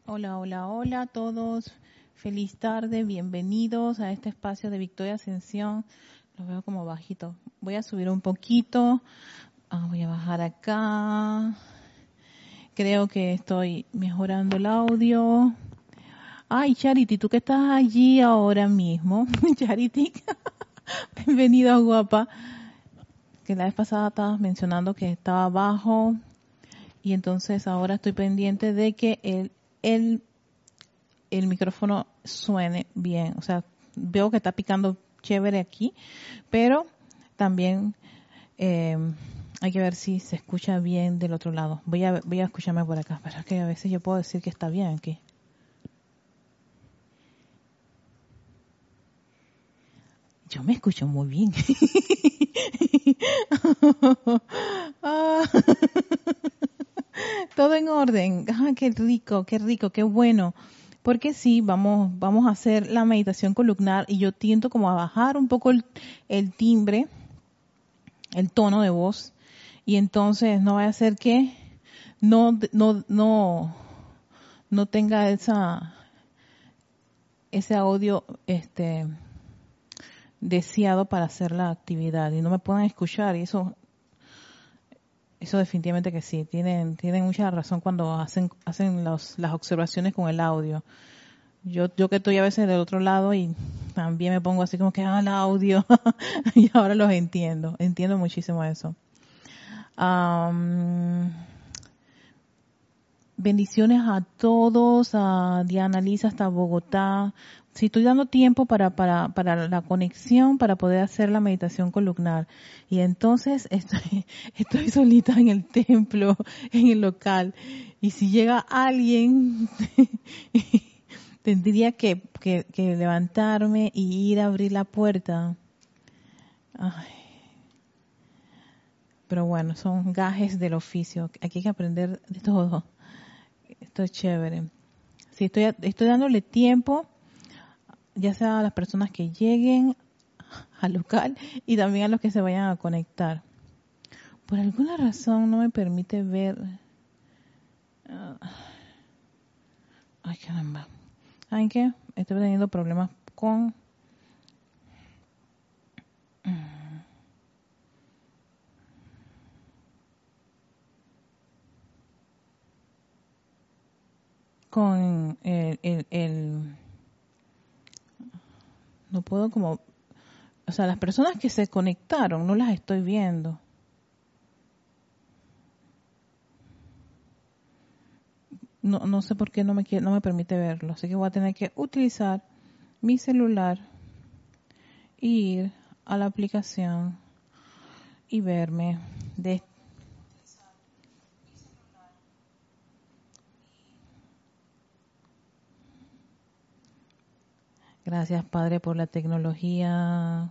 Hola, hola, hola a todos. Feliz tarde, bienvenidos a este espacio de Victoria Ascensión. Lo veo como bajito. Voy a subir un poquito. Voy a bajar acá. Creo que estoy mejorando el audio. Ay, Charity, tú que estás allí ahora mismo. Charity, bienvenida, guapa. Que la vez pasada estabas mencionando que estaba abajo. Y entonces ahora estoy pendiente de que el micrófono suene bien. O sea, veo que está picando chévere aquí, pero también hay que ver si se escucha bien del otro lado. Voy a escucharme por acá, pero es que a veces yo puedo decir que está bien aquí. Yo me escucho muy bien. Todo en orden. Qué rico, qué rico, qué bueno. Porque sí, vamos a hacer la meditación columnar y yo tiento como a bajar un poco el timbre, el tono de voz, y entonces no vaya a ser que no tenga ese audio deseado para hacer la actividad y no me puedan escuchar, y eso definitivamente que sí, tienen mucha razón cuando hacen las observaciones con el audio. Yo que estoy a veces del otro lado y también me pongo así como que el audio y ahora los entiendo muchísimo eso. Bendiciones a todos, a Diana Lisa hasta Bogotá. Si estoy dando tiempo para la conexión, para poder hacer la meditación columnar. Y entonces estoy solita en el templo, en el local. Y si llega alguien, tendría que levantarme y ir a abrir la puerta. Ay, pero bueno, son gajes del oficio. Aquí hay que aprender de todo. Esto es chévere. Sí, estoy dándole tiempo, ya sea a las personas que lleguen al local y también a los que se vayan a conectar. Por alguna razón no me permite ver. Ay, caramba. ¿Saben qué? Estoy teniendo problemas con no puedo como, o sea, las personas que se conectaron no las estoy viendo. No sé por qué no me permite verlo, así que voy a tener que utilizar mi celular, ir a la aplicación y verme de. Gracias, Padre, por la tecnología.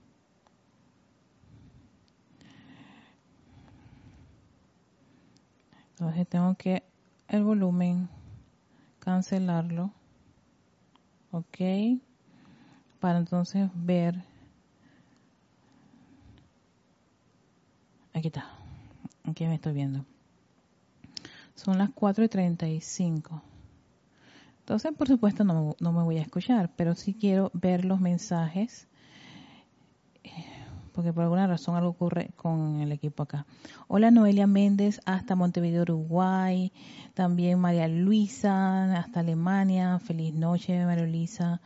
Entonces tengo que el volumen cancelarlo, ok, para entonces ver. Aquí está, aquí me estoy viendo. Son las 4:35. Entonces, por supuesto, no me voy a escuchar, pero sí quiero ver los mensajes, porque por alguna razón algo ocurre con el equipo acá. Hola, Noelia Méndez hasta Montevideo, Uruguay. También María Luisa hasta Alemania. Feliz noche, María Luisa.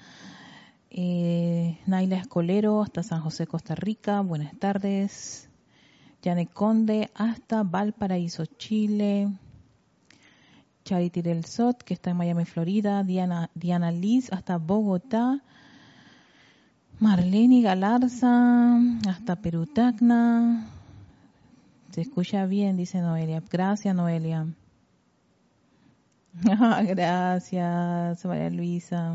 Naila Escolero hasta San José, Costa Rica. Buenas tardes. Janet Conde hasta Valparaíso, Chile. Charity del Sot, que está en Miami, Florida. Diana Liz hasta Bogotá. Marlene Galarza hasta Perú, Tacna. Se escucha bien, dice Noelia. Gracias, Noelia. Gracias, María Luisa.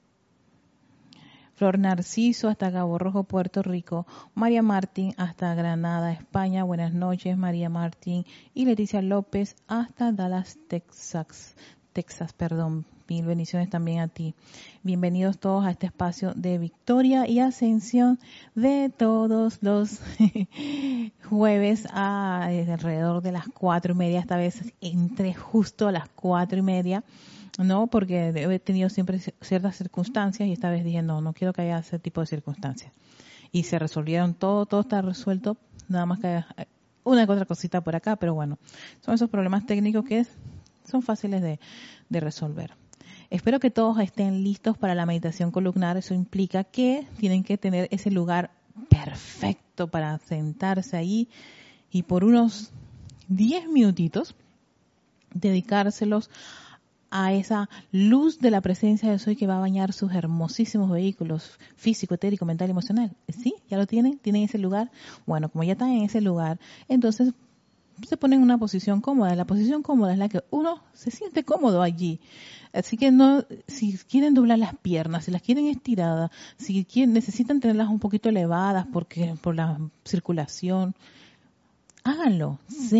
Flor Narciso hasta Cabo Rojo, Puerto Rico. María Martín hasta Granada, España. Buenas noches, María Martín. Y Leticia López hasta Dallas, Texas. Texas, perdón. Mil bendiciones también a ti. Bienvenidos todos a este espacio de victoria y ascensión de todos los jueves alrededor de las 4:30. Esta vez entré justo a las 4:30, ¿no? Porque he tenido siempre ciertas circunstancias y esta vez dije, no quiero que haya ese tipo de circunstancias. Y se resolvieron todo está resuelto, nada más que una que otra cosita por acá, pero bueno, son esos problemas técnicos que son fáciles de resolver. Espero que todos estén listos para la meditación columnar. Eso implica que tienen que tener ese lugar perfecto para sentarse ahí y por unos 10 minutitos dedicárselos a esa luz de la presencia de Soy que va a bañar sus hermosísimos vehículos físico, etérico, mental y emocional. ¿Sí? ¿Ya lo tienen? ¿Tienen ese lugar? Bueno, como ya están en ese lugar, entonces se ponen en una posición cómoda. La posición cómoda es la que uno se siente cómodo allí. Así que no, si quieren doblar las piernas, si las quieren estiradas, si necesitan tenerlas un poquito elevadas porque por la circulación, háganlo.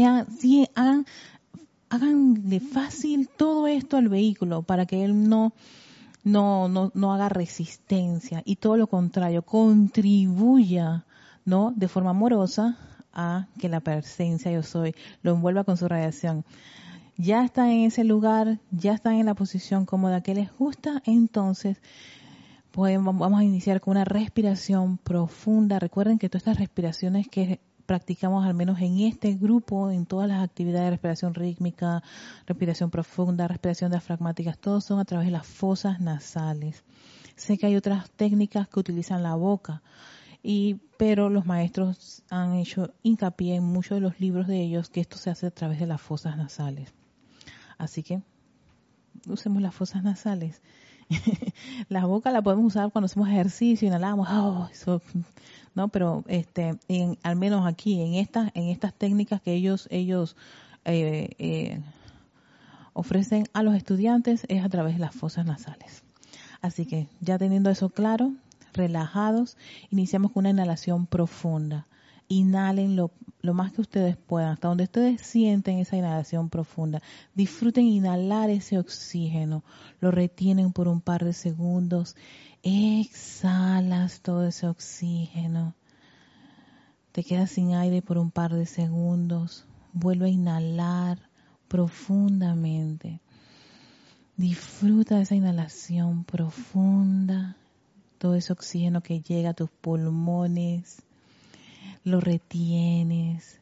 Háganle fácil todo esto al vehículo para que él no haga resistencia y todo lo contrario, contribuya, ¿no? De forma amorosa a que la presencia yo soy lo envuelva con su radiación. Ya están en ese lugar, ya están en la posición cómoda que les gusta, entonces pues vamos a iniciar con una respiración profunda. Recuerden que todas estas respiraciones que practicamos al menos en este grupo, en todas las actividades de respiración rítmica, respiración profunda, respiración diafragmática, todos son a través de las fosas nasales. Sé que hay otras técnicas que utilizan la boca, pero los maestros han hecho hincapié en muchos de los libros de ellos que esto se hace a través de las fosas nasales. Así que usemos las fosas nasales. La boca la podemos usar cuando hacemos ejercicio, inhalamos, no, pero al menos aquí en estas técnicas que ellos ofrecen a los estudiantes es a través de las fosas nasales. Así que ya teniendo eso claro, relajados, iniciamos con una inhalación profunda. Inhalen lo más que ustedes puedan, hasta donde ustedes sienten esa inhalación profunda. Disfruten inhalar ese oxígeno, lo retienen por un par de segundos, exhalas todo ese oxígeno, te quedas sin aire por un par de segundos, vuelve a inhalar profundamente. Disfruta de esa inhalación profunda, todo ese oxígeno que llega a tus pulmones, lo retienes,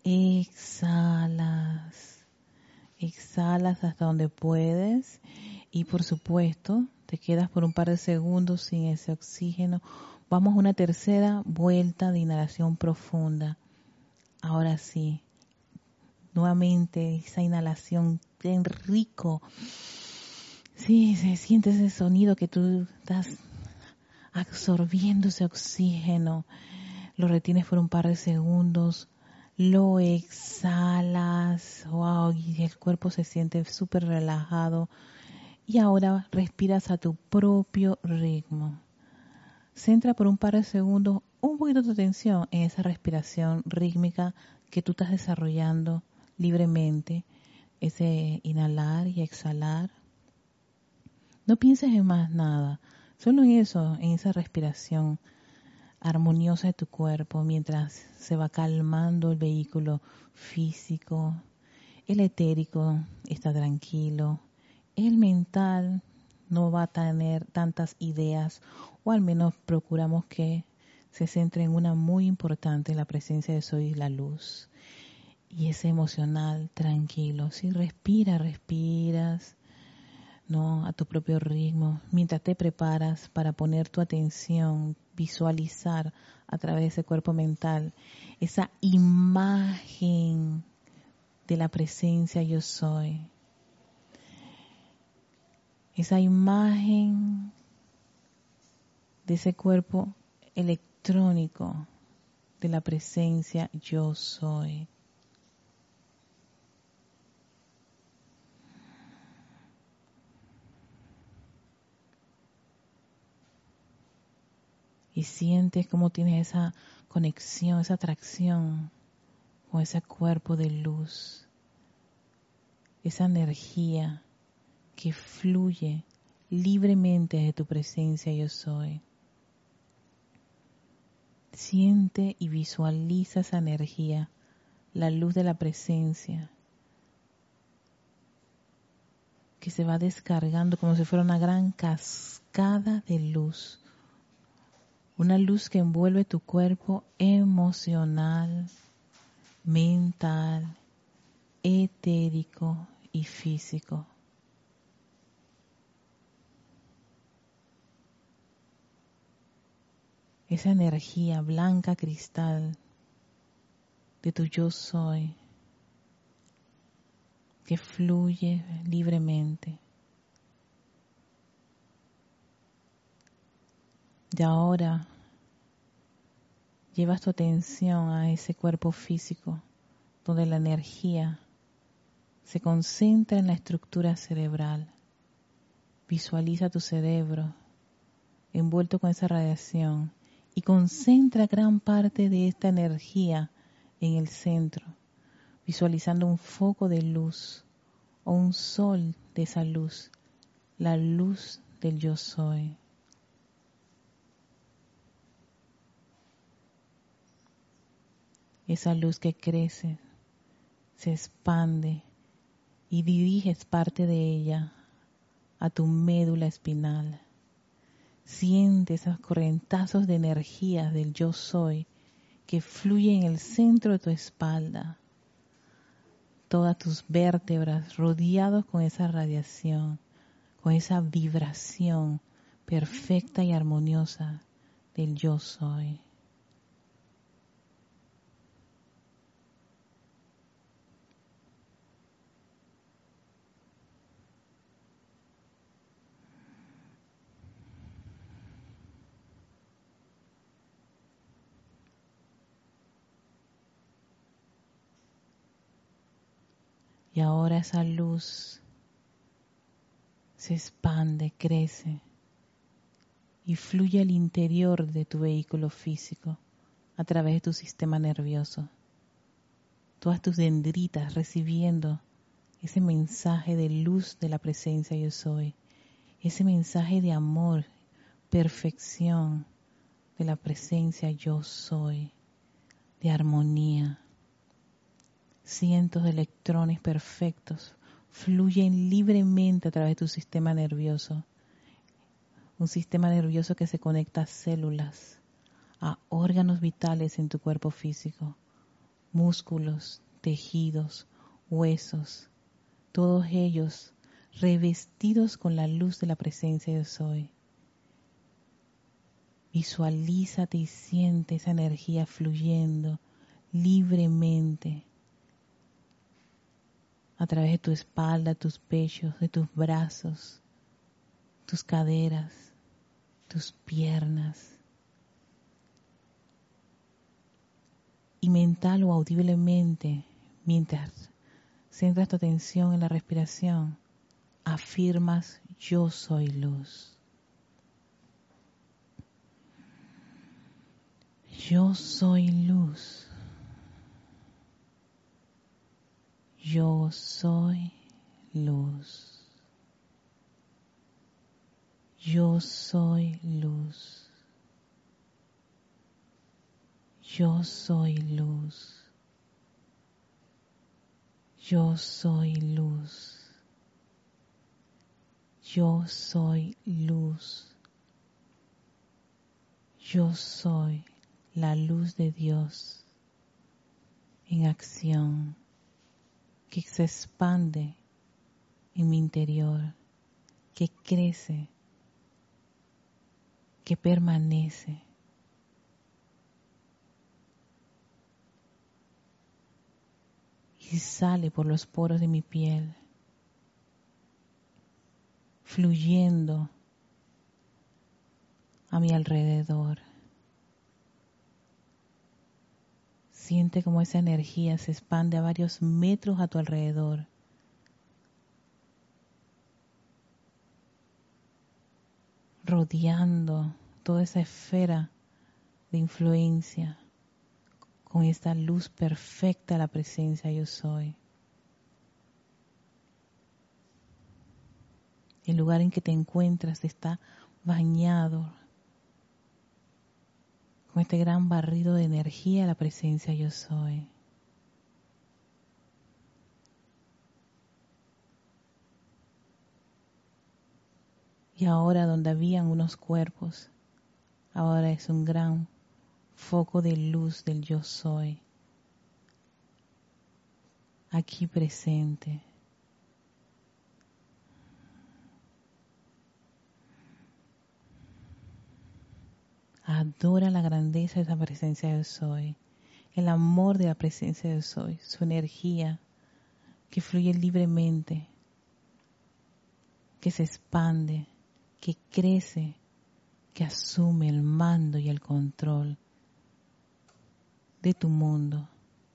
exhalas hasta donde puedes y por supuesto te quedas por un par de segundos sin ese oxígeno. Vamos a una tercera vuelta de inhalación profunda. Ahora sí, nuevamente esa inhalación bien rico. Sí, se siente ese sonido que tú estás absorbiendo ese oxígeno. Lo retienes por un par de segundos, lo exhalas, wow, y el cuerpo se siente súper relajado. Y ahora respiras a tu propio ritmo. Centra por un par de segundos un poquito tu atención en esa respiración rítmica que tú estás desarrollando libremente, ese inhalar y exhalar. No pienses en más nada, solo en eso, en esa respiración armoniosa de tu cuerpo mientras se va calmando el vehículo físico, el etérico está tranquilo, el mental no va a tener tantas ideas, o al menos procuramos que se centre en una muy importante, la presencia de Soy la luz, y ese emocional tranquilo. Si respiras, no, a tu propio ritmo, mientras te preparas para poner tu atención, visualizar a través de ese cuerpo mental esa imagen de la presencia yo soy, esa imagen de ese cuerpo electrónico de la presencia yo soy. Y sientes cómo tienes esa conexión, esa atracción con ese cuerpo de luz, esa energía que fluye libremente de tu presencia yo soy. Siente y visualiza esa energía, la luz de la presencia, que se va descargando como si fuera una gran cascada de luz. Una luz que envuelve tu cuerpo emocional, mental, etérico y físico. Esa energía blanca cristal de tu yo soy que fluye libremente. Y ahora llevas tu atención a ese cuerpo físico donde la energía se concentra en la estructura cerebral. Visualiza tu cerebro envuelto con esa radiación y concentra gran parte de esta energía en el centro, visualizando un foco de luz o un sol de esa luz, la luz del yo soy. Esa luz que crece, se expande y diriges parte de ella a tu médula espinal. Siente esos corrientazos de energía del yo soy que fluyen en el centro de tu espalda, todas tus vértebras rodeados con esa radiación, con esa vibración perfecta y armoniosa del yo soy. Y ahora esa luz se expande, crece y fluye al interior de tu vehículo físico a través de tu sistema nervioso. Todas tus dendritas recibiendo ese mensaje de luz de la presencia yo soy, ese mensaje de amor, perfección de la presencia yo soy, de armonía. Cientos de electrones perfectos fluyen libremente a través de tu sistema nervioso. Un sistema nervioso que se conecta a células, a órganos vitales en tu cuerpo físico, músculos, tejidos, huesos, todos ellos revestidos con la luz de la presencia yo soy. Visualízate y siente esa energía fluyendo libremente a través de tu espalda, tus pechos, de tus brazos, tus caderas, tus piernas. Y mental o audiblemente, mientras centras tu atención en la respiración, afirmas: yo soy luz. Yo soy luz. Yo soy luz. Yo soy luz. Yo soy luz. Yo soy luz. Yo soy luz. Yo soy la luz de Dios en acción que se expande en mi interior, que crece, que permanece. Y sale por los poros de mi piel, fluyendo a mi alrededor. Siente como esa energía se expande a varios metros a tu alrededor. Rodeando toda esa esfera de influencia con esta luz perfecta de la presencia yo soy. El lugar en que te encuentras está bañado con este gran barrido de energía de la presencia yo soy. Y ahora donde habían unos cuerpos, ahora es un gran foco de luz del yo soy, aquí presente. Adora la grandeza de esa presencia yo soy, el amor de la presencia yo soy, su energía que fluye libremente, que se expande, que crece, que asume el mando y el control de tu mundo.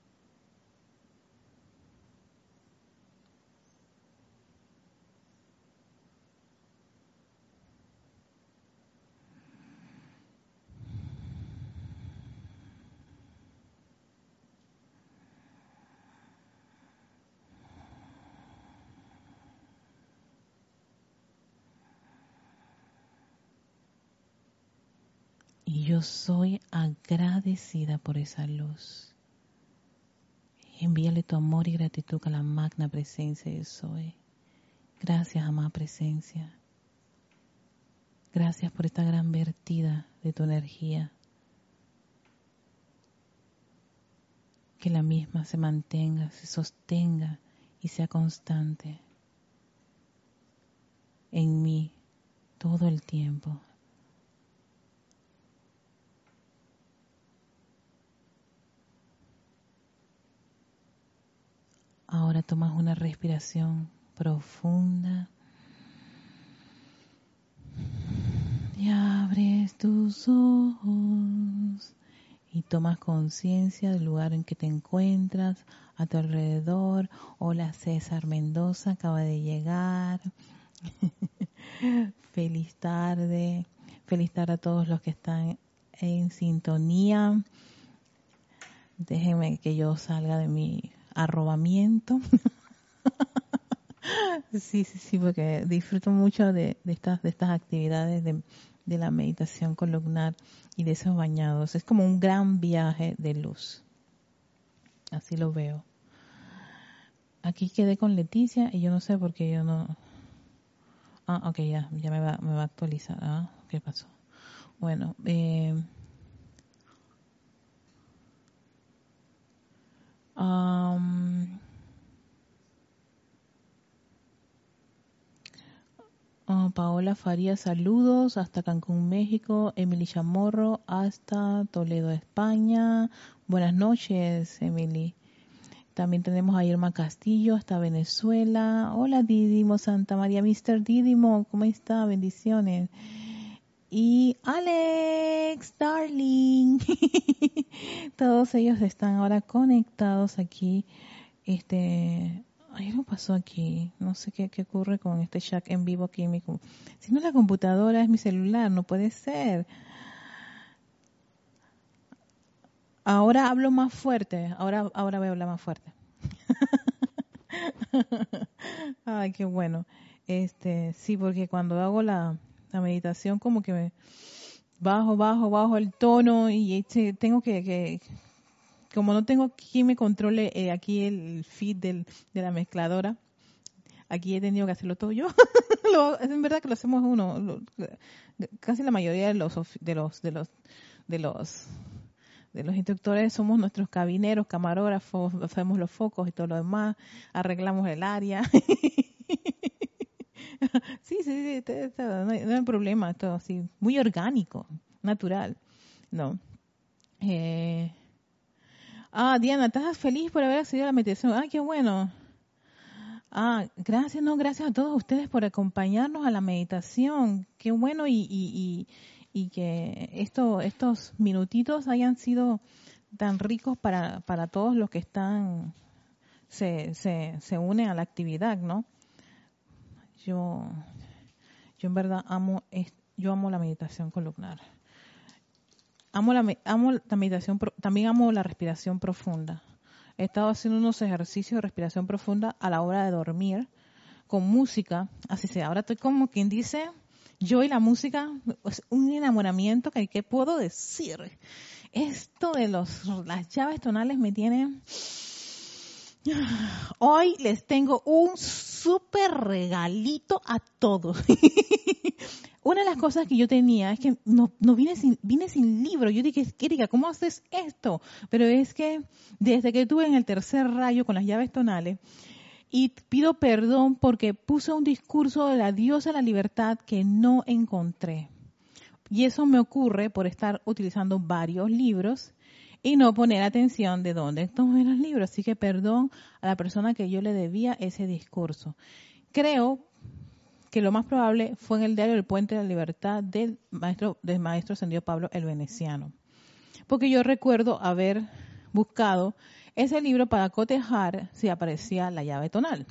Y yo soy agradecida por esa luz. Envíale tu amor y gratitud a la magna presencia yo soy. Gracias, amada presencia. Gracias por esta gran vertida de tu energía. Que la misma se mantenga, se sostenga y sea constante en mí todo el tiempo. Ahora tomas una respiración profunda y abres tus ojos y tomas conciencia del lugar en que te encuentras, a tu alrededor. Hola, César Mendoza, acaba de llegar. Feliz tarde a todos los que están en sintonía. Déjenme que yo salga de mi arrobamiento. Sí, porque disfruto mucho de estas actividades de la meditación columnar y de esos bañados. Es como un gran viaje de luz. Así lo veo. Aquí quedé con Leticia y yo no sé por qué yo no... Ah, ok, ya me va a actualizar. Ah, ¿qué pasó? Bueno, Paola Faría, saludos hasta Cancún, México. Emily Chamorro, hasta Toledo, España. Buenas noches, Emily. También tenemos a Irma Castillo, hasta Venezuela. Hola, Didimo Santa María, Mr. Didimo, ¿cómo está? Bendiciones. Y Alex, darling. Todos ellos están ahora conectados aquí. Algo pasó aquí. No sé qué ocurre con este chat en vivo aquí. Si no es la computadora, es mi celular. No puede ser. Ahora hablo más fuerte. Ahora voy a hablar más fuerte. Ay, qué bueno. Sí, porque cuando hago la meditación como que me bajo el tono y tengo que como no tengo quien me controle aquí el feed de la mezcladora, aquí he tenido que hacerlo todo yo. Es en verdad que lo hacemos uno, casi la mayoría de los instructores somos nuestros cabineros, camarógrafos, hacemos los focos y todo lo demás, arreglamos el área. Sí, no hay problema, todo así, muy orgánico, natural, ¿no? Diana, ¿estás feliz por haber accedido a la meditación? Qué bueno. Gracias a todos ustedes por acompañarnos a la meditación. Qué bueno y que estos minutitos hayan sido tan ricos para todos los que se unen a la actividad, ¿no? Yo en verdad yo amo la meditación columnar. Amo la meditación, también amo la respiración profunda. He estado haciendo unos ejercicios de respiración profunda a la hora de dormir con música, así sea. Ahora estoy como quien dice, yo y la música, es un enamoramiento que ¿qué puedo decir? Esto de las llaves tonales me tiene... Hoy les tengo un súper regalito a todos. Una de las cosas que yo tenía es que no vine sin libro. Yo dije, Erika, ¿cómo haces esto? Pero es que desde que estuve en el tercer rayo con las llaves tonales, y pido perdón porque puse un discurso de la diosa de la libertad que no encontré. Y eso me ocurre por estar utilizando varios libros y no poner atención de dónde tomé los libros. Así que perdón a la persona que yo le debía ese discurso. Creo que lo más probable fue en el diario El Puente de la Libertad del maestro ascendido Pablo el Veneciano. Porque yo recuerdo haber buscado ese libro para cotejar si aparecía la llave tonal.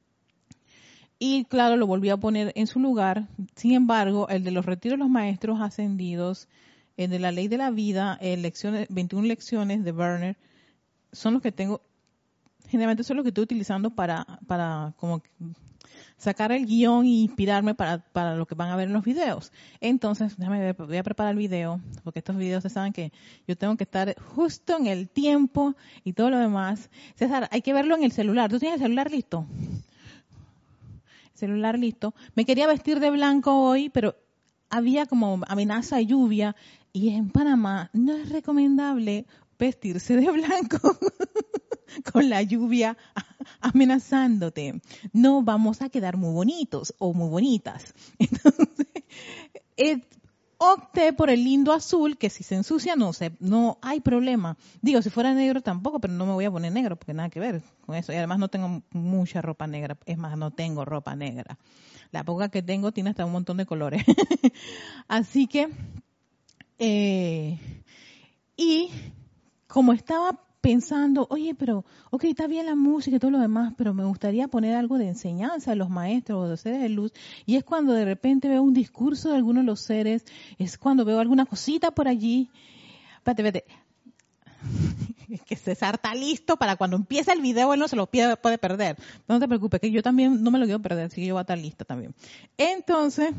Y claro, lo volví a poner en su lugar. Sin embargo, el de los retiros de los maestros ascendidos, el de la ley de la vida, 21 lecciones de Werner, son los que tengo, generalmente son los que estoy utilizando para como sacar el guión e inspirarme para lo que van a ver en los videos. Entonces, déjame ver, voy a preparar el video, porque estos videos, ustedes saben que yo tengo que estar justo en el tiempo y todo lo demás. César, hay que verlo en el celular. ¿Tú tienes el celular listo? Celular listo. Me quería vestir de blanco hoy, pero había como amenaza de lluvia y en Panamá no es recomendable vestirse de blanco con la lluvia amenazándote. No vamos a quedar muy bonitos o muy bonitas. Entonces, opté por el lindo azul, que si se ensucia no hay problema. Digo, si fuera negro tampoco, pero no me voy a poner negro porque nada que ver con eso. Y además no tengo mucha ropa negra, es más, no tengo ropa negra. La poca que tengo tiene hasta un montón de colores. Así que, y como estaba pensando, oye, pero, ok, está bien la música y todo lo demás, pero me gustaría poner algo de enseñanza a los maestros o de los seres de luz, y es cuando de repente veo un discurso de alguno de los seres, es cuando veo alguna cosita por allí. Espérate. Es que César está listo para cuando empiece el video, él no se lo puede perder. No te preocupes, que yo también no me lo quiero perder, así que yo voy a estar lista también. Entonces,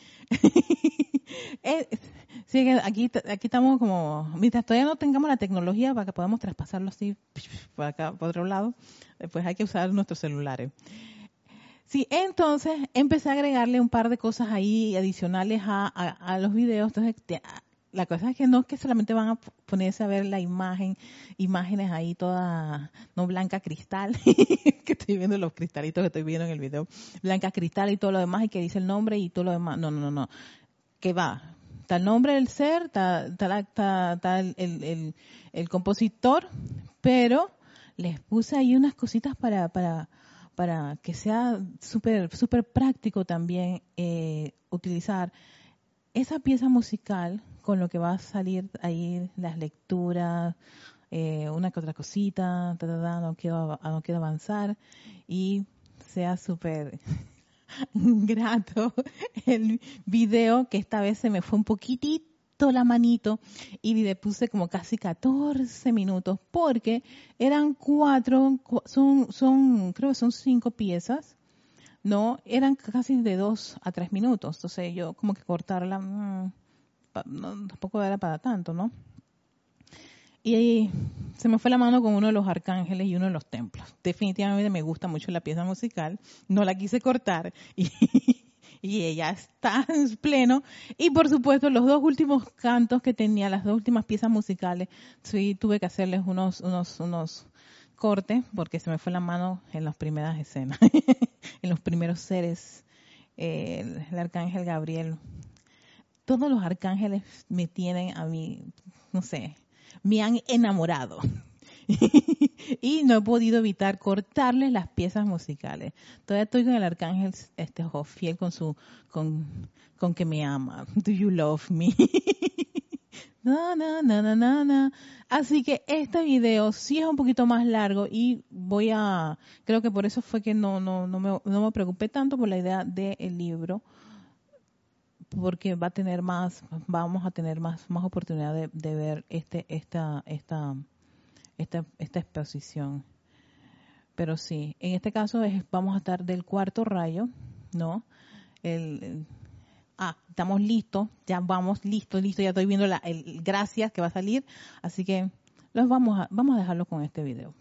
sí, aquí estamos como, mientras todavía no tengamos la tecnología para que podamos traspasarlo así, por acá, por otro lado, pues hay que usar nuestros celulares. Sí, entonces empecé a agregarle un par de cosas ahí adicionales a los videos. Entonces, la cosa es que no es que solamente van a ponerse a ver imágenes ahí toda, no blanca cristal, que estoy viendo los cristalitos que estoy viendo en el video, blanca cristal y todo lo demás, y que dice el nombre y todo lo demás. No. ¿Qué va? Está el nombre del ser, está el compositor, pero les puse ahí unas cositas para que sea súper práctico también utilizar esa pieza musical con lo que va a salir ahí las lecturas, una que otra cosita, no quiero avanzar y sea súper grato el video, que esta vez se me fue un poquitito la manito y le puse como casi 14 minutos porque eran 4, creo que son 5 piezas. No, eran casi de 2 a 3 minutos. Entonces yo como que cortarla, tampoco era para tanto, ¿no? Y ahí se me fue la mano con uno de los arcángeles y uno de los templos. Definitivamente me gusta mucho la pieza musical. No la quise cortar y ella está en pleno. Y por supuesto los 2 últimos cantos que tenía, las 2 últimas piezas musicales, sí tuve que hacerles unos cortes porque se me fue la mano en las primeras escenas. En los primeros seres, el arcángel Gabriel. Todos los arcángeles me tienen a mí, no sé, me han enamorado. Y no he podido evitar cortarles las piezas musicales. Todavía estoy con el arcángel Jofiel con que me ama. Do you love me? No. Así que este video sí es un poquito más largo y creo que por eso fue que no me preocupé tanto por la idea del libro, porque vamos a tener más oportunidad de ver esta exposición. Pero sí, en este caso vamos a estar del cuarto rayo, ¿no? Estamos listos, ya vamos, listo, ya estoy viendo el gracias que va a salir, así que vamos a dejarlo con este video.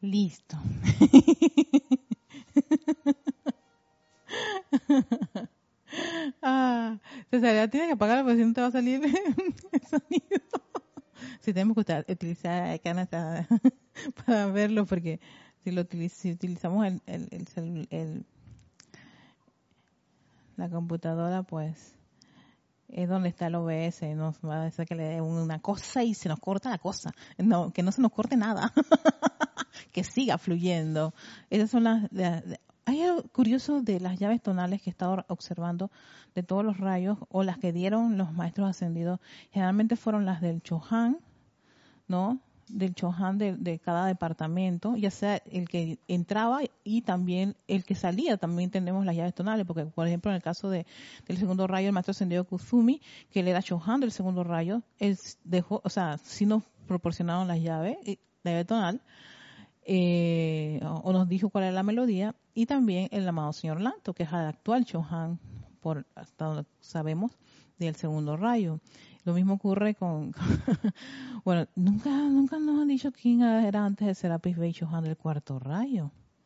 Listo. César, tienes que apagarlo porque si no te va a salir el sonido. Si tenemos que utilizar canas para verlo, porque si utilizamos la computadora, pues es donde está el OBS, nos va a hacer que le dé una cosa y se nos corta la cosa. No, que no se nos corte nada, que siga fluyendo. Esas son hay algo curioso de las llaves tonales que he estado observando de todos los rayos, o las que dieron los maestros ascendidos. Generalmente fueron las del Chohan, ¿no? Del Chohan de cada departamento, ya sea el que entraba y también el que salía. También tenemos las llaves tonales, porque por ejemplo en el caso del segundo rayo, el maestro ascendido Kuzumi, que él era Chohan del segundo rayo, él dejó, o sea, sí nos proporcionaron las llaves, la llave tonal, o nos dijo cuál era la melodía, y también el amado señor Lanto, que es el actual Chohan, por hasta donde sabemos, del segundo rayo. Lo mismo ocurre con bueno, nunca nos han dicho quién era antes de Serapis Bey Chohan del cuarto rayo.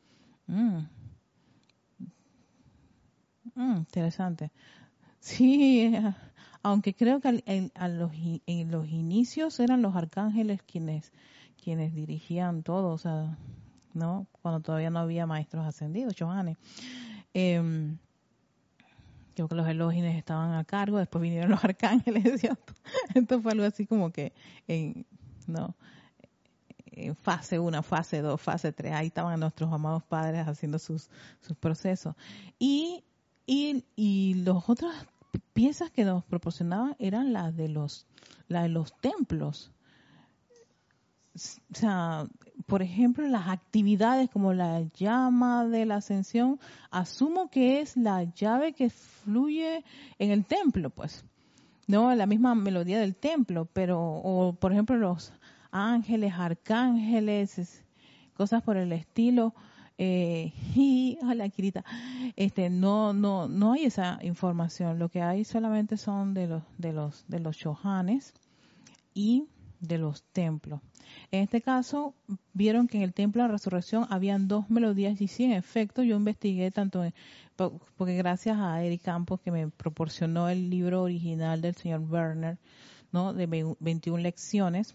Interesante. Sí, aunque creo que en los inicios eran los arcángeles quienes dirigían todo, o sea, ¿no? Cuando todavía no había maestros ascendidos, Chohanes. Creo que los Elohines estaban a cargo, después vinieron los arcángeles, ¿cierto? Esto fue algo así como que en fase 1, fase 2, fase 3, ahí estaban nuestros amados padres haciendo sus procesos. Y las otras piezas que nos proporcionaban eran las de los templos. O sea, por ejemplo, las actividades como la llama de la ascensión, asumo que es la llave que fluye en el templo, pues, no la misma melodía del templo, pero, o por ejemplo, los ángeles, arcángeles, cosas por el estilo. Y hola Kirita, no hay esa información. Lo que hay solamente son de los Chohanes y de los templos. En este caso, vieron que en el Templo de la Resurrección habían 2 melodías, y sí, en efecto, yo investigué tanto, porque gracias a Eric Campos, que me proporcionó el libro original del señor Werner, ¿no? De 21 lecciones,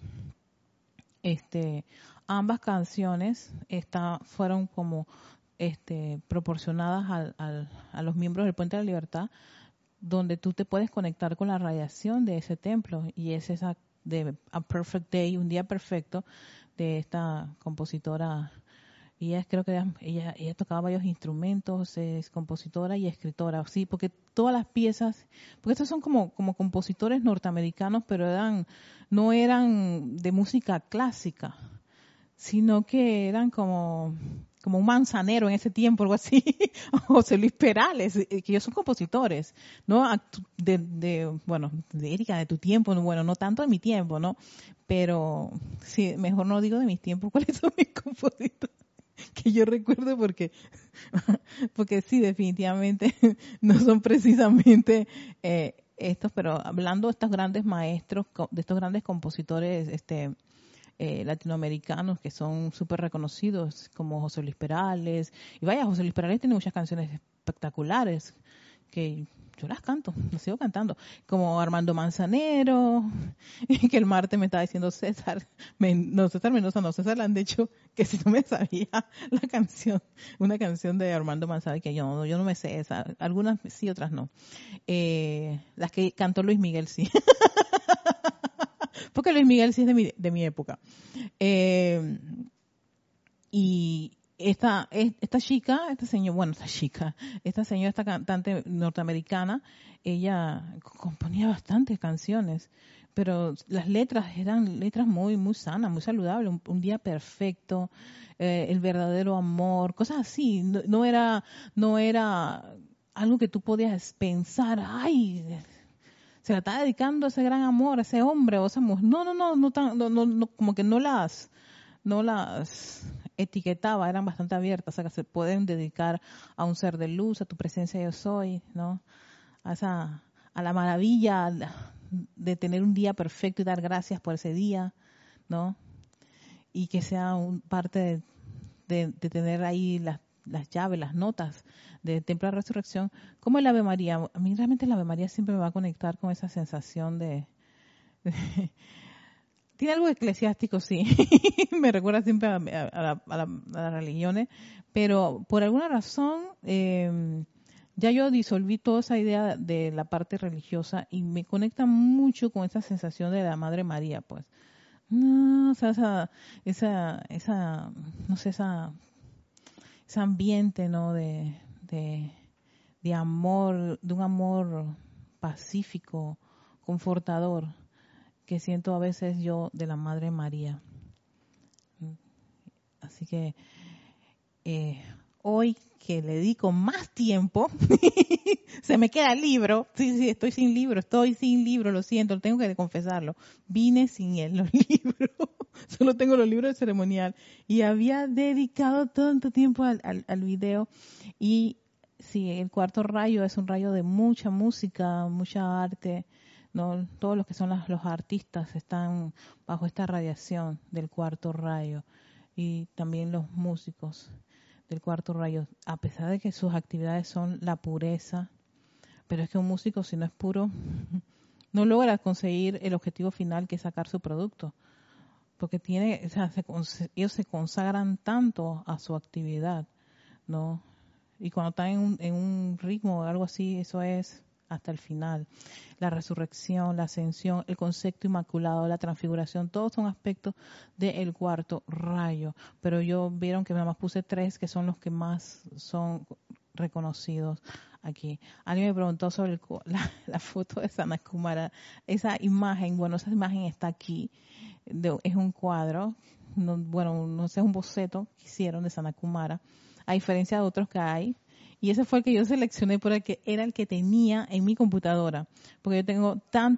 ambas canciones fueron como proporcionadas a los miembros del Puente de la Libertad, donde tú te puedes conectar con la radiación de ese templo, y es esa de A Perfect Day, un día perfecto, de esta compositora. Y ella creo que ella tocaba varios instrumentos, es compositora y escritora, sí, porque todas las piezas, porque estos son como compositores norteamericanos, pero no eran de música clásica, sino que eran como un Manzanero en ese tiempo, algo así, o José Luis Perales, que ellos son compositores, ¿no? Bueno, de Erika, de tu tiempo, bueno, no tanto de mi tiempo, ¿no? Pero sí, mejor no digo de mis tiempos cuáles son mis compositores que yo recuerdo, porque sí, definitivamente no son precisamente estos, pero hablando de estos grandes maestros, de estos grandes compositores, latinoamericanos que son súper reconocidos, como José Luis Perales. Y vaya, José Luis Perales tiene muchas canciones espectaculares que yo las canto, las sigo cantando, como Armando Manzanero, que el martes me estaba diciendo César Mendoza, César Landecho, que si no me sabía la canción, una canción de Armando Manzanero, que yo no me sé esa, algunas sí, otras no. Las que cantó Luis Miguel sí. Porque Luis Miguel sí es de mi época. Y esta señora, esta cantante norteamericana, ella componía bastantes canciones, pero las letras eran letras muy, muy sanas, muy saludables. Un día perfecto, el verdadero amor, cosas así. No era algo que tú podías pensar, ay, se la está dedicando a ese gran amor, a ese hombre o a esa mujer. No, como que no las etiquetaba, eran bastante abiertas, o sea que se pueden dedicar a un ser de luz, a tu presencia yo soy, ¿no? A la maravilla de tener un día perfecto y dar gracias por ese día, ¿no? Y que sea parte de tener ahí las llaves, las notas del Templo de la Resurrección, como el Ave María. A mí realmente el Ave María siempre me va a conectar con esa sensación de tiene algo eclesiástico, sí. Me recuerda siempre a las religiones, pero por alguna razón ya yo disolví toda esa idea de la parte religiosa y me conecta mucho con esa sensación de la Madre María, pues. No, o sea, no sé, ese ambiente, ¿no? De amor, de un amor pacífico, confortador, que siento a veces yo de la Madre María. Así que hoy que le dedico más tiempo, se me queda el libro. Sí, estoy sin libro, lo siento, tengo que confesarlo. Vine sin los libros, solo tengo los libros de ceremonial. Y había dedicado tanto tiempo al video. Y sí, el cuarto rayo es un rayo de mucha música, mucha arte. No, todos los que son los artistas están bajo esta radiación del cuarto rayo y también los músicos del cuarto rayo, a pesar de que sus actividades son la pureza, pero es que un músico si no es puro no logra conseguir el objetivo final que es sacar su producto, porque tiene, o sea, ellos se consagran tanto a su actividad, ¿no? Y cuando están en un ritmo o algo así, eso es hasta el final. La resurrección, la ascensión, el concepto inmaculado, la transfiguración, todos son aspectos del cuarto rayo. Pero vieron que nada más puse 3 que son los que más son reconocidos aquí. Alguien me preguntó sobre la foto de Sanat Kumara. Esa imagen, bueno, esa imagen está aquí. Es un cuadro, no sé, es un boceto que hicieron de Sanat Kumara, a diferencia de otros que hay. Y ese fue el que yo seleccioné porque era el que tenía en mi computadora. Porque yo tengo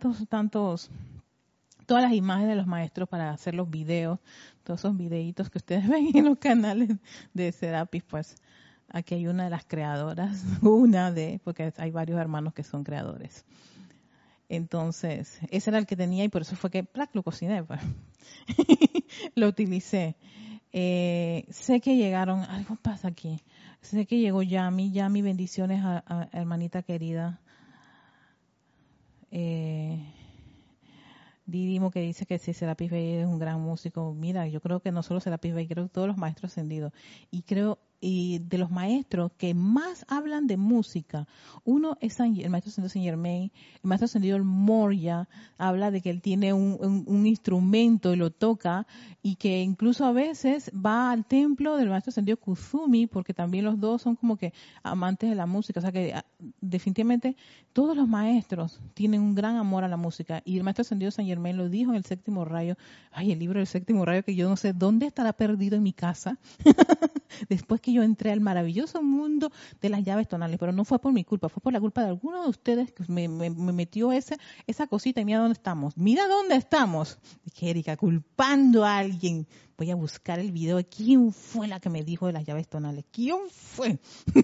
todas las imágenes de los maestros para hacer los videos, todos esos videitos que ustedes ven en los canales de Serapis, pues aquí hay una de las creadoras, porque hay varios hermanos que son creadores. Entonces, ese era el que tenía y por eso fue que lo cociné, pues. Lo utilicé. Sé que llegaron, algo pasa aquí. Sé que llegó Yami, bendiciones a hermanita querida. Didimo que dice que si Serapis Bey es un gran músico. Mira, yo creo que no solo Serapis Bey, creo que todos los maestros ascendidos. Y de los maestros que más hablan de música, uno es el maestro ascendido Saint Germain, el maestro ascendido el Moria, habla de que él tiene un instrumento y lo toca, y que incluso a veces va al templo del maestro ascendido Kuzumi, porque también los dos son como que amantes de la música. O sea que definitivamente todos los maestros tienen un gran amor a la música, y el maestro ascendido Saint Germain lo dijo en el séptimo rayo. Ay, el libro del séptimo rayo, que yo no sé dónde estará perdido en mi casa después que yo entré al maravilloso mundo de las llaves tonales, pero no fue por mi culpa, fue por la culpa de alguno de ustedes que me metió esa cosita. Y mira dónde estamos. Dije, Erika, culpando a alguien. Voy a buscar el video de quién fue la que me dijo de las llaves tonales. ¿Quién fue?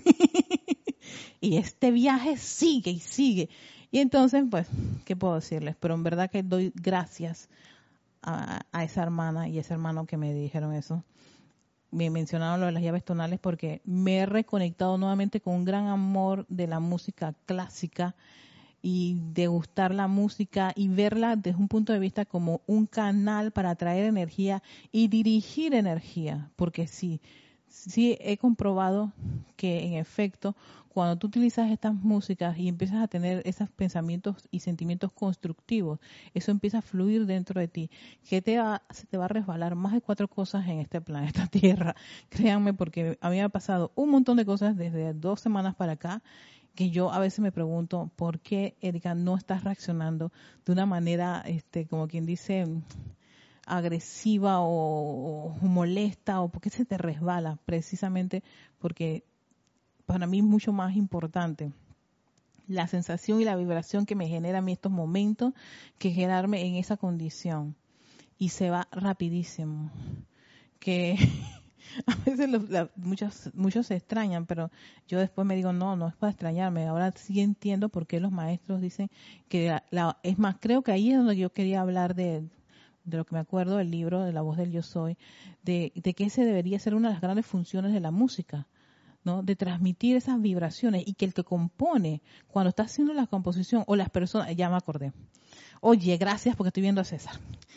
Y este viaje sigue y sigue. Y entonces, pues, ¿qué puedo decirles? Pero en verdad que doy gracias a esa hermana y ese hermano que me dijeron eso. Me mencionaron lo de las llaves tonales porque me he reconectado nuevamente con un gran amor de la música clásica y de gustar la música y verla desde un punto de vista como un canal para atraer energía y dirigir energía, porque sí he comprobado que en efecto cuando tú utilizas estas músicas y empiezas a tener esos pensamientos y sentimientos constructivos, eso empieza a fluir dentro de ti, que se te va a resbalar más de 4 cosas en este planeta Tierra. Créanme, porque a mí me ha pasado un montón de cosas desde 2 semanas para acá, que yo a veces me pregunto, ¿por qué, Erika, no estás reaccionando de una manera, como quien dice, agresiva o molesta, o por qué se te resbala? Precisamente porque para mí es mucho más importante la sensación y la vibración que me genera a mí estos momentos que quedarme en esa condición. Y se va rapidísimo. Que a veces muchos se extrañan, pero yo después me digo, no es para extrañarme. Ahora sí entiendo por qué los maestros dicen que es más, creo que ahí es donde yo quería hablar de de lo que me acuerdo del libro de La Voz del Yo Soy, de que ese debería ser una de las grandes funciones de la música, ¿no? De transmitir esas vibraciones, y que el que compone, cuando está haciendo la composición, o las personas, ya me acordé. Oye, gracias porque estoy viendo a César.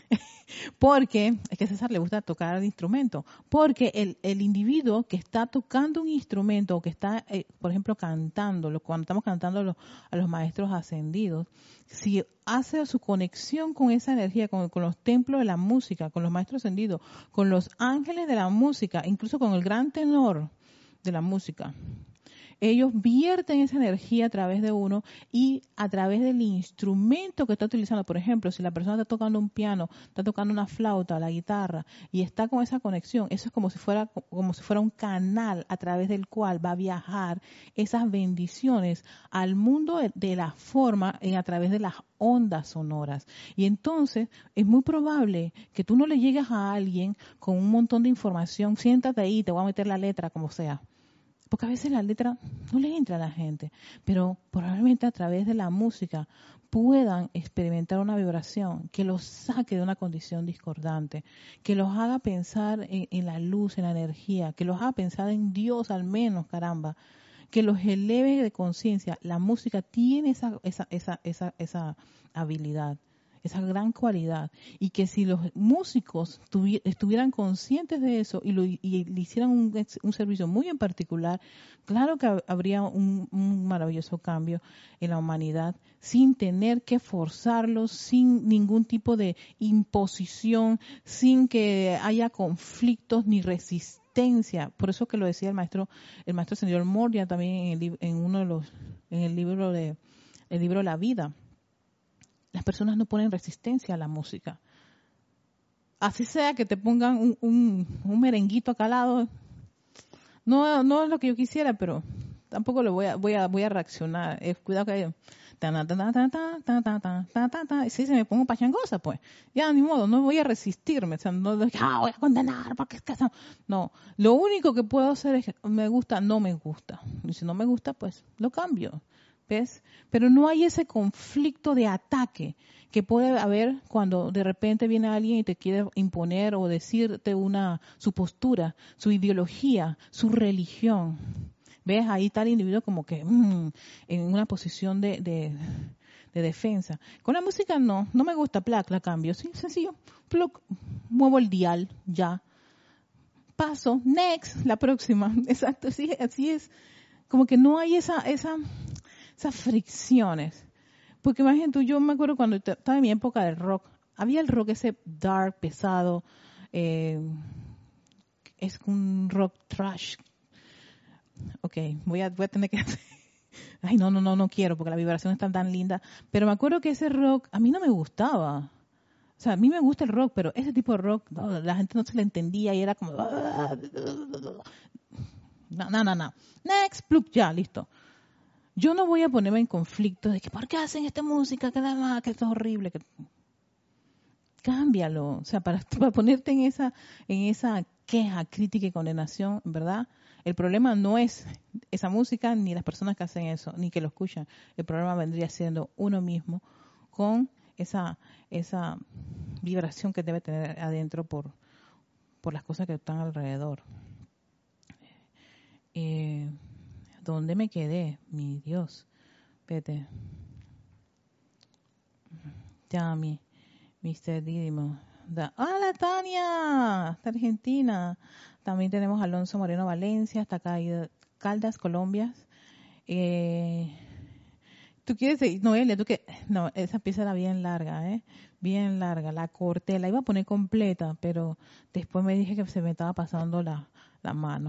Porque es que a César le gusta tocar el instrumento. Porque el individuo que está tocando un instrumento, o que está, por ejemplo, cantándolo, cuando estamos cantando a los maestros ascendidos, si hace su conexión con esa energía, con los templos de la música, con los maestros ascendidos, con los ángeles de la música, incluso con el gran tenor de la música, ellos vierten esa energía a través de uno, y a través del instrumento que está utilizando. Por ejemplo, si la persona está tocando un piano, está tocando una flauta, la guitarra, y está con esa conexión, eso es como si fuera un canal a través del cual va a viajar esas bendiciones al mundo de la forma, a través de las ondas sonoras. Y entonces es muy probable que tú no le llegues a alguien con un montón de información: siéntate ahí, te voy a meter la letra como sea. Porque a veces la letra no le entra a la gente, pero probablemente a través de la música puedan experimentar una vibración que los saque de una condición discordante, que los haga pensar en la luz, en la energía, que los haga pensar en Dios al menos, caramba, que los eleve de conciencia. La música tiene esa habilidad, esa gran cualidad, y que si los músicos estuvieran conscientes de eso y le hicieran un servicio muy en particular, claro que habría un maravilloso cambio en la humanidad, sin tener que forzarlos, sin ningún tipo de imposición, sin que haya conflictos ni resistencia. Por eso que lo decía el maestro señor Moria también en el libro de La Vida. Las personas no ponen resistencia a la música. Así sea que te pongan un merenguito acá al lado, no es lo que yo quisiera, pero tampoco lo voy a reaccionar. Cuidado que si se me pongo pachangosa, pues ya ni modo, no voy a resistirme, o sea, no voy a condenar porque es que no. Lo único que puedo hacer es: me gusta, no me gusta, y si no me gusta, pues lo cambio. ¿Ves? Pero no hay ese conflicto de ataque que puede haber cuando de repente viene alguien y te quiere imponer o decirte su postura, su ideología, su religión. ¿Ves? Ahí está el individuo como que en una posición de defensa. Con la música no me gusta, la cambio. Sí, sencillo, muevo el dial, ya. Paso, next, la próxima. Exacto, así es. Como que no hay esas fricciones. Porque imagínate tú, yo me acuerdo cuando estaba en mi época del rock, había el rock ese dark, pesado, es un rock trash. Ok, voy a tener que hacer. Ay, no quiero, porque la vibración está tan linda. Pero me acuerdo que ese rock a mí no me gustaba. O sea, a mí me gusta el rock, pero ese tipo de rock, la gente no se le entendía y era como... No. Next, plug, ya, listo. Yo no voy a ponerme en conflicto de que ¿por qué hacen esta música? Que esto es horrible. Cámbialo. O sea, para ponerte en esa queja, crítica y condenación, ¿verdad? El problema no es esa música ni las personas que hacen eso, ni que lo escuchan. El problema vendría siendo uno mismo con esa vibración que debe tener adentro por las cosas que están alrededor. ¿Dónde me quedé? Mi Dios. Vete. Ya, Mr. Didimo. ¡Hola, Tania! De Argentina. También tenemos a Alonso Moreno Valencia, hasta acá, Caldas, Colombia. ¿Tú quieres decir, Noelia, no, esa pieza era bien larga, bien larga, la corté, la iba a poner completa, pero después me dije que se me estaba pasando la mano.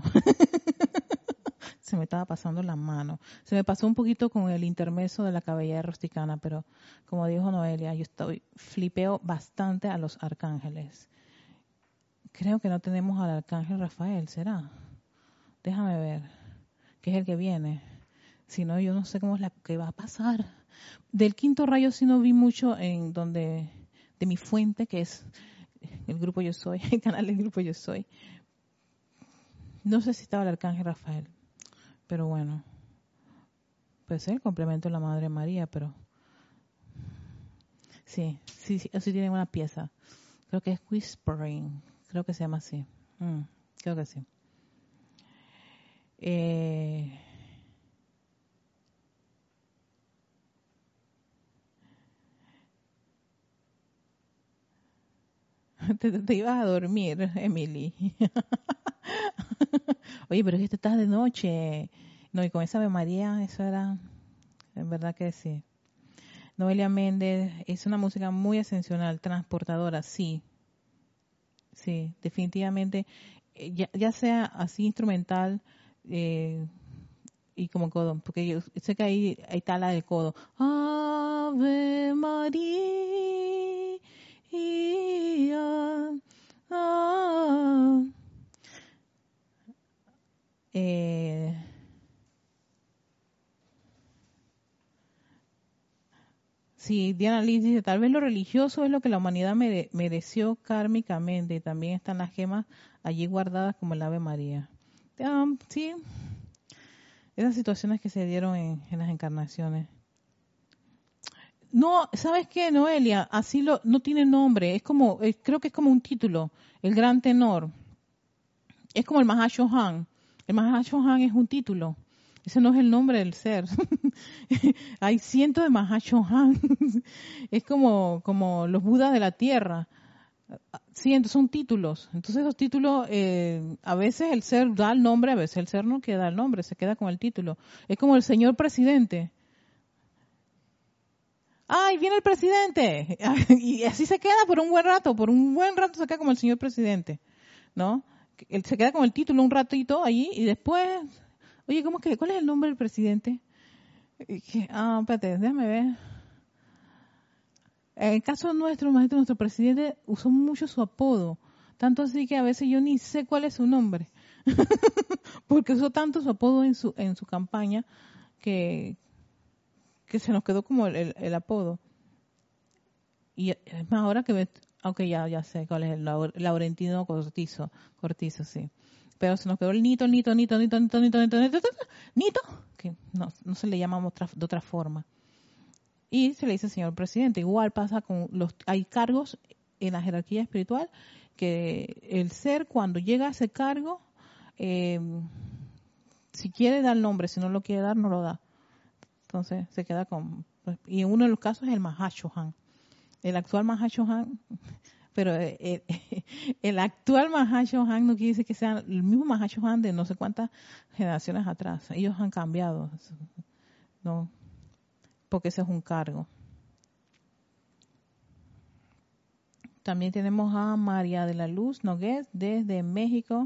Se me estaba pasando la mano. Se me pasó un poquito con el intermeso de la cabellera rusticana, pero como dijo Noelia, yo flipeo bastante a los arcángeles. Creo que no tenemos al arcángel Rafael, ¿será? Déjame ver, que es el que viene. Si no, yo no sé cómo es que va a pasar. Del quinto rayo sí no vi mucho de mi fuente, que es el Grupo Yo Soy, el canal del Grupo Yo Soy. No sé si estaba el arcángel Rafael, pero bueno, pues el complemento de la Madre María, pero sí tienen una pieza. creo que es Whispering, creo que se llama así. Creo que sí. Te ibas a dormir, Emily. Oye, pero es que esto estás de noche. No, y con esa Ave María, eso era, en verdad que sí. Noelia Méndez, es una música muy ascensional, transportadora, sí. Sí, definitivamente. Ya sea así instrumental y como codo, porque yo sé que ahí está la del codo. Ave María. Ah. Eh, sí, Diana Liz dice, tal vez lo religioso es lo que la humanidad mereció kármicamente. También están las gemas allí guardadas como el Ave María. Sí, esas situaciones que se dieron en las encarnaciones. No, ¿sabes qué, Noelia? Así no tiene nombre. Es como, creo que es como un título. El gran tenor. Es como el Mahashohan. El Mahashohan es un título. Ese no es el nombre del ser. Hay cientos de Mahashohan. Es como los Budas de la tierra. Sí, entonces son títulos. Entonces esos títulos, a veces el ser da el nombre, a veces el ser no queda el nombre, se queda con el título. Es como el señor presidente. ¡Ay, viene el presidente! Y así se queda por un buen rato se queda como el señor presidente, ¿no? Él se queda con el título un ratito allí y después, oye, cuál es el nombre del presidente? Espérate, déjame ver. En el caso nuestro, imagínate, nuestro presidente usó mucho su apodo, tanto así que a veces yo ni sé cuál es su nombre, porque usó tanto su apodo en su campaña que se nos quedó como el apodo. Y es más ahora que aunque ya sé cuál es el Laurentino Cortizo, sí. Pero se nos quedó el Nito, que no se le llama de otra forma. Y se le dice señor presidente. Igual pasa hay cargos en la jerarquía espiritual que el ser cuando llega a ese cargo, si quiere dar el nombre, si no lo quiere dar, no lo da. Entonces se queda y en uno de los casos es el Mahashohan. El actual Mahashohan, pero el actual Mahashohan no quiere decir que sea el mismo Mahashohan de no sé cuántas generaciones atrás. Ellos han cambiado, no, porque ese es un cargo. También tenemos a María de la Luz Nogués desde México.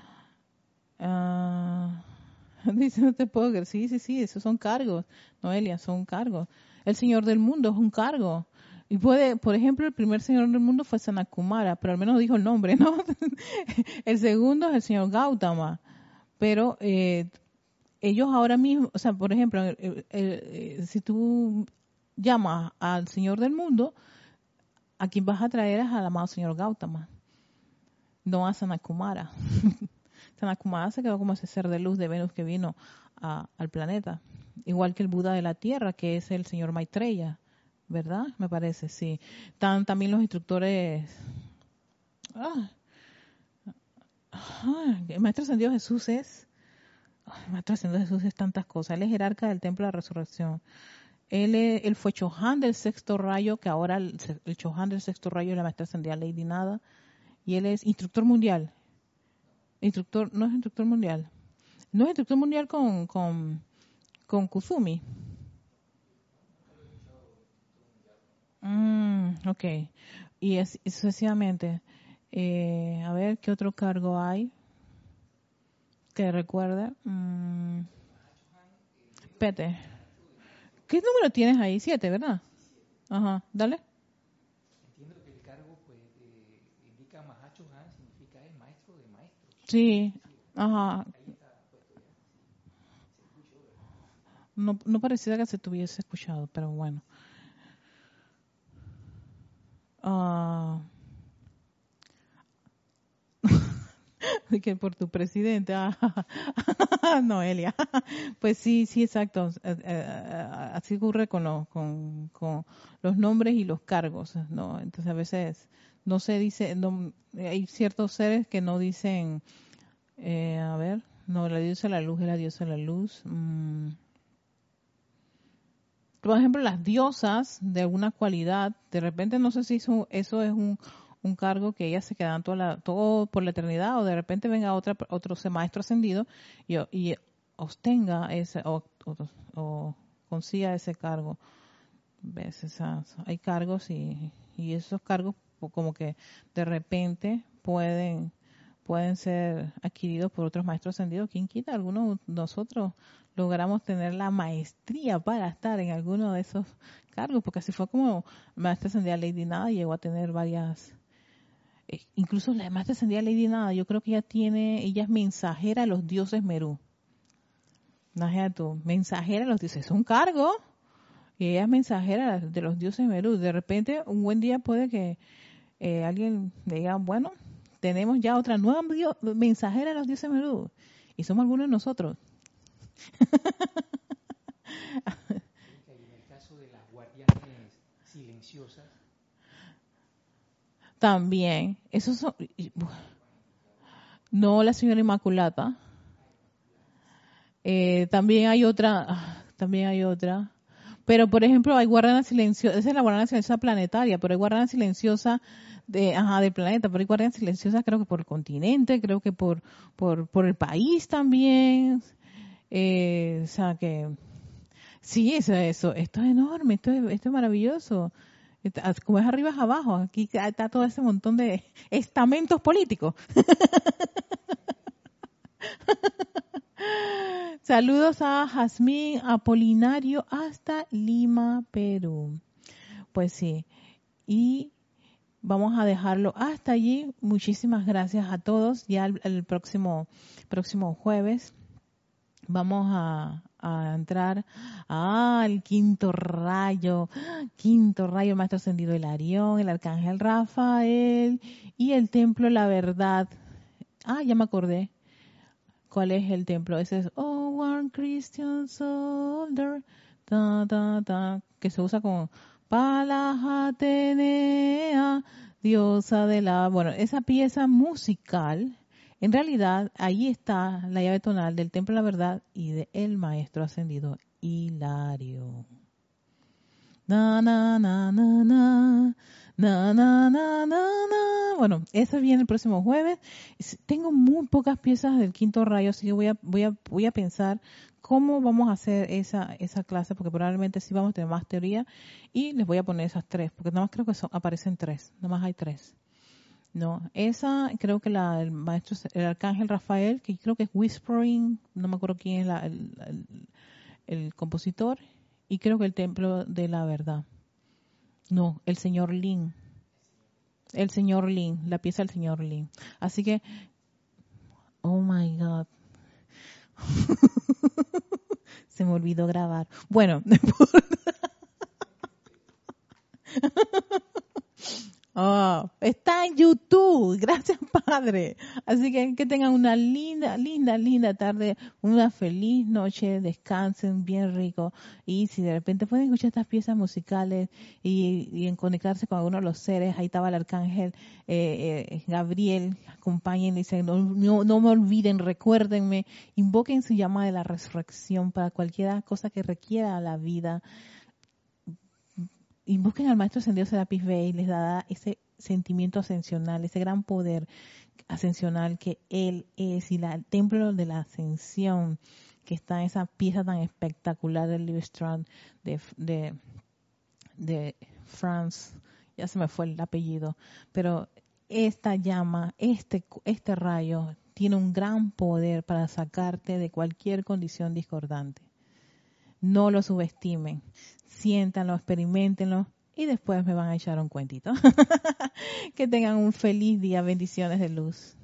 Dice, no te puedo creer. Sí, esos son cargos, Noelia, son cargos. El Señor del Mundo es un cargo. Y por ejemplo, el primer Señor del Mundo fue Sanakumara, pero al menos dijo el nombre, ¿no? El segundo es el Señor Gautama. Pero ellos ahora mismo, o sea, por ejemplo, si tú llamas al Señor del Mundo, a quien vas a traer es al amado Señor Gautama, no a Sanakumara. Sanakumara se quedó como ese ser de luz de Venus que vino al planeta. Igual que el Buda de la Tierra, que es el señor Maitreya, ¿verdad? Me parece, sí. También los instructores... el Maestro Ascendido Jesús es... el Maestro Ascendido Jesús es tantas cosas. Él es jerarca del Templo de la Resurrección. Él fue Chohan del sexto rayo, que ahora el Chohan del sexto rayo es la Maestra Ascendida Lady Nada. Y él es instructor mundial. No es instructor mundial. No es instructor mundial con Kuzumi. Ok. Y sucesivamente. A ver, ¿qué otro cargo hay? Que recuerde. Espérate. ¿Qué número tienes ahí? 7, ¿verdad? Ajá, dale. Entiendo que el cargo pues indica Mahacho Han, significa el maestro de maestros. Sí, ajá. Ahí está puesto ya. Se escuchó, ¿verdad? No parecía que se tuviese escuchado, pero bueno. Que por tu presidente, Noelia. Pues sí, exacto. Así ocurre con los nombres y los cargos, ¿no? Entonces a veces no se dice, no, hay ciertos seres que no dicen, no, la diosa de la luz es la diosa de la luz. Por ejemplo, las diosas de alguna cualidad, de repente no sé si eso es un cargo que ellas se quedan todo por la eternidad, o de repente venga otro maestro ascendido y obtenga ese o consiga ese cargo. ¿Ves? Hay cargos y esos cargos como que de repente pueden ser adquiridos por otros maestros ascendidos. ¿Quién quita? Algunos de nosotros logramos tener la maestría para estar en alguno de esos cargos, porque así fue como maestra ascendida Lady Nada llegó a tener varias. Incluso la maestra ascendida Lady Nada, yo creo que ella es mensajera de los dioses Merú. Imagínate tú, mensajera de los dioses, es un cargo. Y ella es mensajera de los dioses Merú. De repente, un buen día puede que alguien diga, bueno, tenemos ya otra nueva mensajera de los dioses Merú. Y somos algunos de nosotros. Y en el caso de las guardianes silenciosas. También, esos son... No, la señora Inmaculata. También hay otra. Pero, por ejemplo, hay guardiana silenciosa, esa es la guardiana silenciosa planetaria, pero hay guardiana silenciosa del planeta, pero hay guardiana silenciosa creo que por el continente, creo que por el país también. O sea que, sí, esto es enorme, esto es maravilloso. Como es arriba es abajo, aquí está todo ese montón de estamentos políticos. Saludos a Jazmín Apolinario hasta Lima, Perú. Pues sí, y vamos a dejarlo hasta allí. Muchísimas gracias a todos. Ya el próximo jueves vamos a entrar al quinto rayo, el maestro ascendido Hilarión, el arcángel Rafael y el templo La Verdad. Ya me acordé. ¿Cuál es el templo? Ese es one Christian Soldier, que se usa con Palas Atenea, diosa de la... Bueno, esa pieza musical, en realidad, ahí está la llave tonal del Templo de la Verdad y del Maestro Ascendido Hilario. Na, na, na, na, na. Na, na, na, na, na. Bueno, eso viene el próximo jueves. Tengo muy pocas piezas del quinto rayo, así que voy a pensar cómo vamos a hacer esa clase, porque probablemente sí vamos a tener más teoría, y les voy a poner esas 3, porque nada más creo que aparecen 3, nada más hay 3. No, esa creo que el arcángel Rafael, que creo que es Whispering, no me acuerdo quién es el compositor, y creo que el Templo de la Verdad. No, el señor Lin. La pieza del señor Lin. Así que, oh my God. Se me olvidó grabar. Bueno, no importa. Está en YouTube. Gracias, Padre. Así que tengan una linda tarde, una feliz noche, descansen bien rico. Y si de repente pueden escuchar estas piezas musicales y en conectarse con alguno de los seres, ahí estaba el arcángel Gabriel, acompañen y dicen, no me olviden, recuérdenme, invoquen su llama de la resurrección para cualquier cosa que requiera la vida. Invoquen al Maestro Ascendido Serapis Bey, les dará ese sentimiento ascensional, ese gran poder ascensional que Él es, y el templo de la ascensión que está en esa pieza tan espectacular del Livestrand de France. Ya se me fue el apellido, pero esta llama, este rayo tiene un gran poder para sacarte de cualquier condición discordante. No lo subestimen, siéntanlo, experimentenlo y después me van a echar un cuentito. Que tengan un feliz día, bendiciones de luz.